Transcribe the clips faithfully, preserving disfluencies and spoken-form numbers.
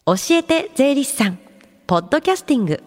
教えて税理士さんポッドキャスティング。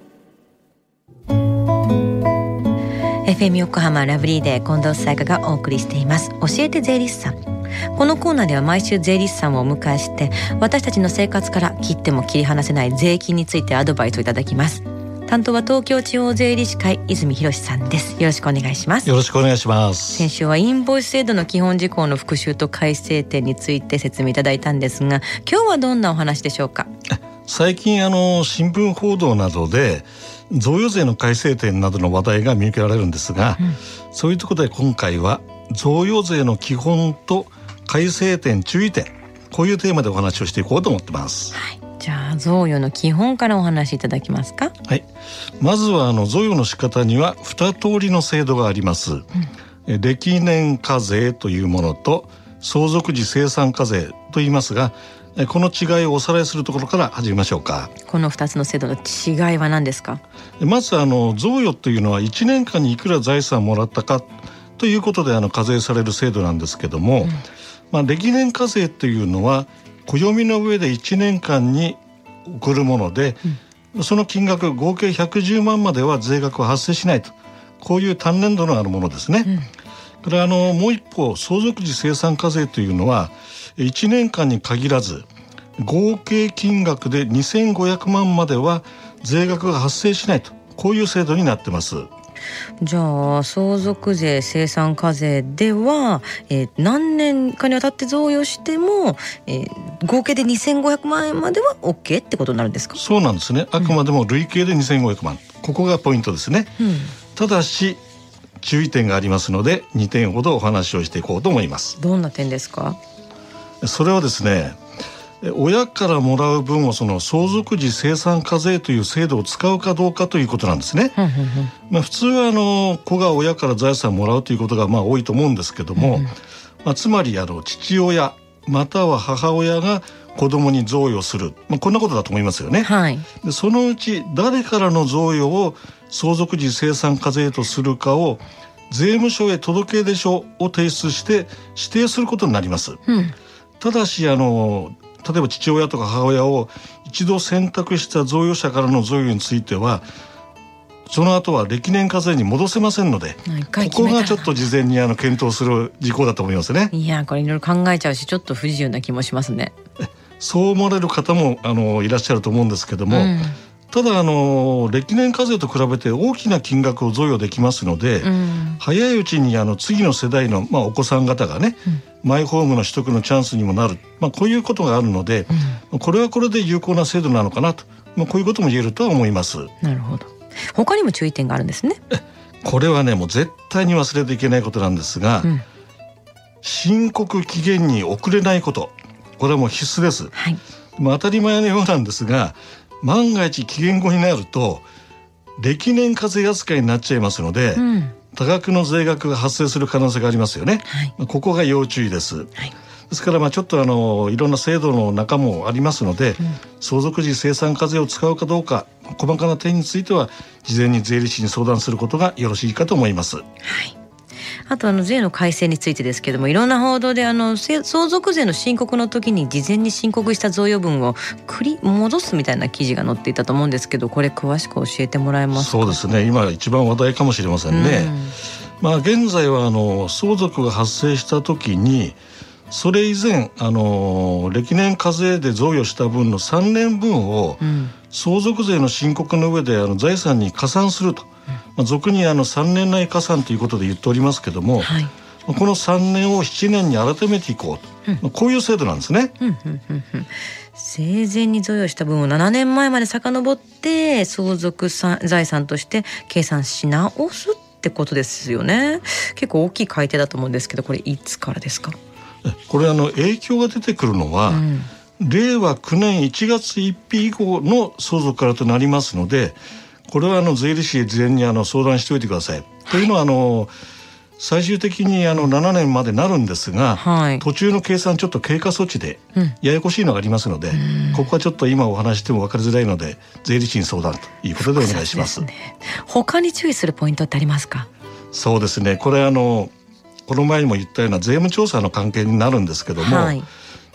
エフエム 横浜ラブリーで近藤紗友香がお送りしています教えて税理士さん。このコーナーでは毎週税理士さんをお迎えして私たちの生活から切っても切り離せない税金についてアドバイスをいただきます。担当は東京地方税理士会泉博さんです。よろしくお願いします。 よろしくお願いします。 先週はインボイス制度の基本事項の復習と改正点について説明いただいたんですが、今日はどんなお話でしょうか。 最近あの新聞報道などで贈与税の改正点などの話題が見受けられるんですが、うん、そういうところで今回は贈与税の基本と改正点注意点、こういうテーマでお話をしていこうと思ってます。 はい、じゃあ贈与の基本からお話しいただけますか。 はい、まずはあの贈与の仕方にはに通りの制度があります、うん、歴年課税というものと相続時精算課税といいますが、この違いをおさらいするところから始めましょうか。 このふたつの制度の違いは何ですか。 まずあの贈与というのはいちねんかんにいくら財産をもらったかということであの課税される制度なんですけども、うんまあ、歴年課税というのは暦の上でいちねんかんに送るもので、うん、その金額合計ひゃくじゅうまんまでは税額は発生しないと、こういう単年度のあるものですね、うん、これはあのもう一方相続時精算課税というのはいちねんかんに限らず合計金額でにせんごひゃくまんまでは税額が発生しないと、こういう制度になってます。 じゃあ相続税精算課税では、えー、何年かにわたって贈与しても、えー、合計でにせんごひゃくまんえんまでは OK ってことになるんですか。 そうなんですね。あくまでも累計でにせんごひゃくまん、うん、ここがポイントですね、うん、ただし注意点がありますのでにてんほどお話をしていこうと思います。 どんな点ですか。 それはですね、親からもらう分をその相続時精算課税という制度を使うかどうかということなんですね。まあ、普通はあの子が親から財産をもらうということがまあ多いと思うんですけども、まあ、つまりあの父親または母親が子供に贈与する、まあ、こんなことだと思いますよね、はい、でそのうち誰からの贈与を相続時精算課税とするかを税務署へ届出書を提出して指定することになります、うん、ただしあの例えば父親とか母親を一度選択した贈与者からの贈与についてはその後は歴年課税に戻せませんので、ここがちょっと事前にあの検討する事項だと思いますね。 いやこれいろいろ考えちゃうしちょっと不自由な気もしますね。 そう思われる方もあのいらっしゃると思うんですけども、うん、ただあの歴年課税と比べて大きな金額を贈与できますので、うん、早いうちにあの次の世代の、まあ、お子さん方がね、うんマイホームの取得のチャンスにもなる、まあ、こういうことがあるので、うん、これはこれで有効な制度なのかなと、まあ、こういうことも言えるとは思います。 なるほど。他にも注意点があるんですね。 これはねもう絶対に忘れていけないことなんですが、うん、申告期限に遅れないこと、これはもう必須です、はいまあ、当たり前のようなんですが万が一期限後になると歴年課税扱いになっちゃいますので、うん多額の税額が発生する可能性がありますよね、はい、ここが要注意です、はい、ですからまあちょっとあのいろんな制度の中もありますので、うん、相続時精算課税を使うかどうか細かな点については事前に税理士に相談することがよろしいかと思います、はい、 あとあの税の改正についてですけどもいろんな報道であの相続税の申告の時に事前に申告した贈与分を繰り戻すみたいな記事が載っていたと思うんですけど、これ詳しく教えてもらえますか。 そうですね、今一番話題かもしれませんね、うんまあ、現在はあの相続が発生した時にそれ以前あの歴年課税で贈与した分のさんねんぶんを相続税の申告の上であの財産に加算すると、まあ、俗にあのさんねん内加算ということで言っておりますけども、はい、このさんねんをななねんに改めていこうと、うん、こういう制度なんですね、うんうんうんうん、 生前に贈与した分をななねんまえまで遡って相続財産として計算し直すってことですよね。結構大きい改定だと思うんですけど、これいつからですか。 これあの影響が出てくるのは、うん、れいわきゅうねんいちがつついたち以降の相続からとなりますので、これはあの税理士へ事前にあの相談しておいてください、はい、というのはあの最終的にあのななねんまでなるんですが、はい、途中の計算ちょっと経過措置でややこしいのがありますので、うん、ここはちょっと今お話しても分かりづらいので税理士に相談ということでお願いします。 そうですね。他に注意するポイントってありますか。 そうですね、これあのこの前にも言ったような税務調査の関係になるんですけども、はい、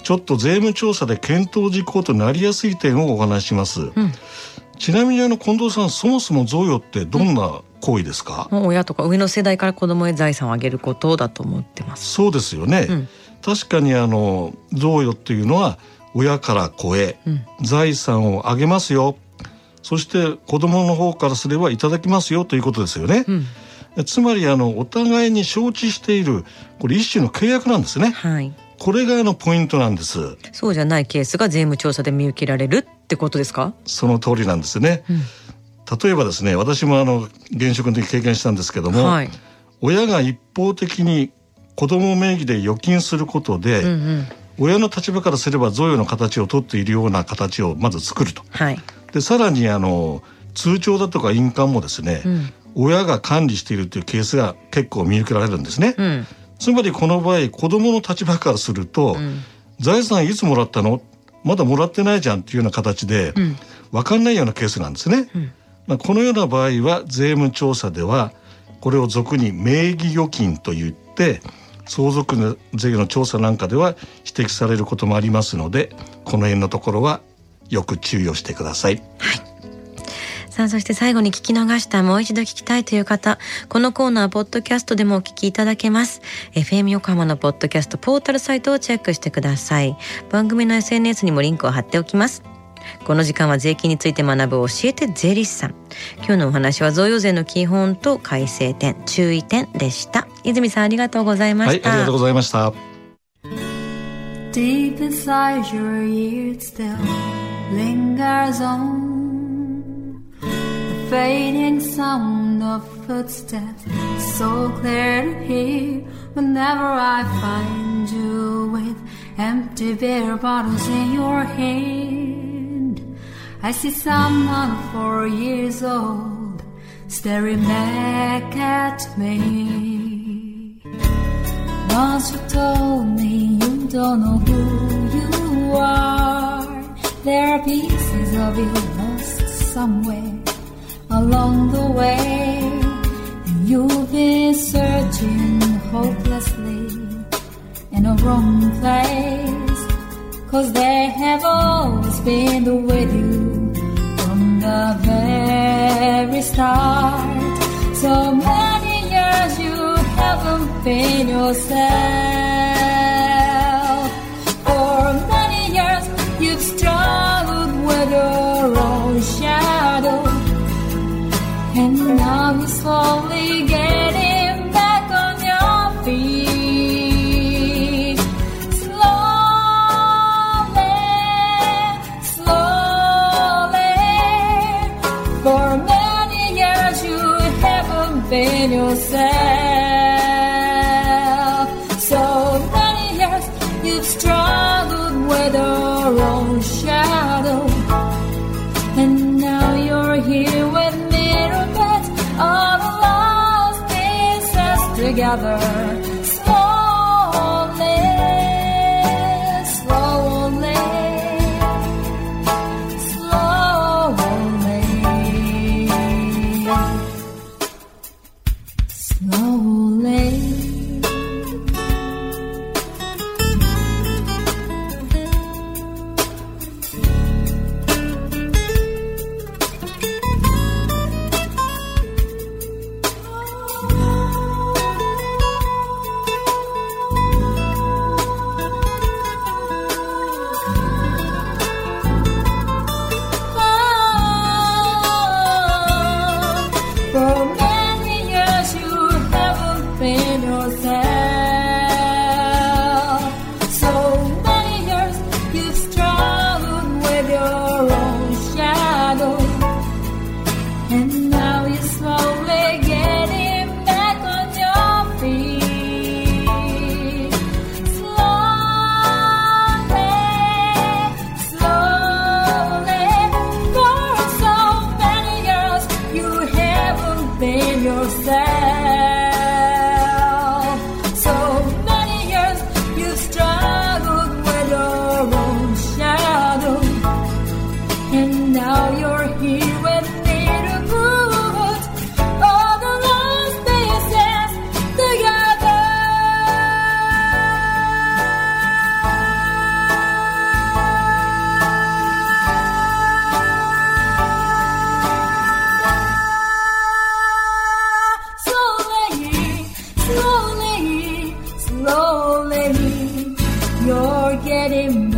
ちょっと税務調査で検討事項となりやすい点をお話しします、うん、ちなみにあの近藤さん、そもそも贈与ってどんな行為ですか？ うん、親とか上の世代から子供へ財産をあげることだと思ってます。 そうですよね、うん、確かにあの贈与っていうのは親から子へ財産をあげますよ、そして子供の方からすればいただきますよということですよね、うん、つまりあのお互いに承知している、これ一種の契約なんですね、はい、これがあのポイントなんです。 そうじゃないケースが税務調査で見受けられるってことですか？ その通りなんですね、うん、例えばですね、私もあの現職の時経験したんですけども、はい、親が一方的に子供名義で預金することで、うんうん、親の立場からすれば贈与の形をとっているような形をまず作ると、はい、でさらにあの通帳だとか印鑑もですね、うん、親が管理しているというケースが結構見受けられるんですね、うん、つまりこの場合子供の立場からすると、うん、財産いつもらったの？まだもらってないじゃんっていうような形で、うん、分かんないようなケースなんですね、うん、まあ、このような場合は税務調査ではこれを俗に名義預金といって、相続税の調査なんかでは指摘されることもありますので、この辺のところはよく注意をしてください。 はい。さあ、そして最後に聞き逃した、もう一度聞きたいという方、このコーナーポッドキャストでもお聞きいただけます。 エフエム 横浜のポッドキャストポータルサイトをチェックしてください。番組の エスエヌエス にもリンクを貼っておきます。この時間は税金について学ぶ教えて税理士さん。今日のお話は贈与税の基本と改正点、注意点でした。泉さん、ありがとうございました。 はい、ありがとうございました。 Deep inside your ears still lingers on the fading sound of footsteps, so clear to hear whenever I find you with empty beer bottles in your hand. I see someone four years old staring back at me. Once you told me you don't know who you are. There are pieces of you lost somewhere along the way, and you've been searching hopelessly in a wrong place, 'cause they have always been with you from the very start. So many years you haven't been yourself. For many years you've struggled with your own shadow, and now you're slowly getting back on your feet. Slowly, slowly. For many years you haven't been yourself. So many years you've struggled with your own shadow, and now you're here with me to put all the lost pieces together. Slowly, slowly, slowly, slowly. slowly you're getting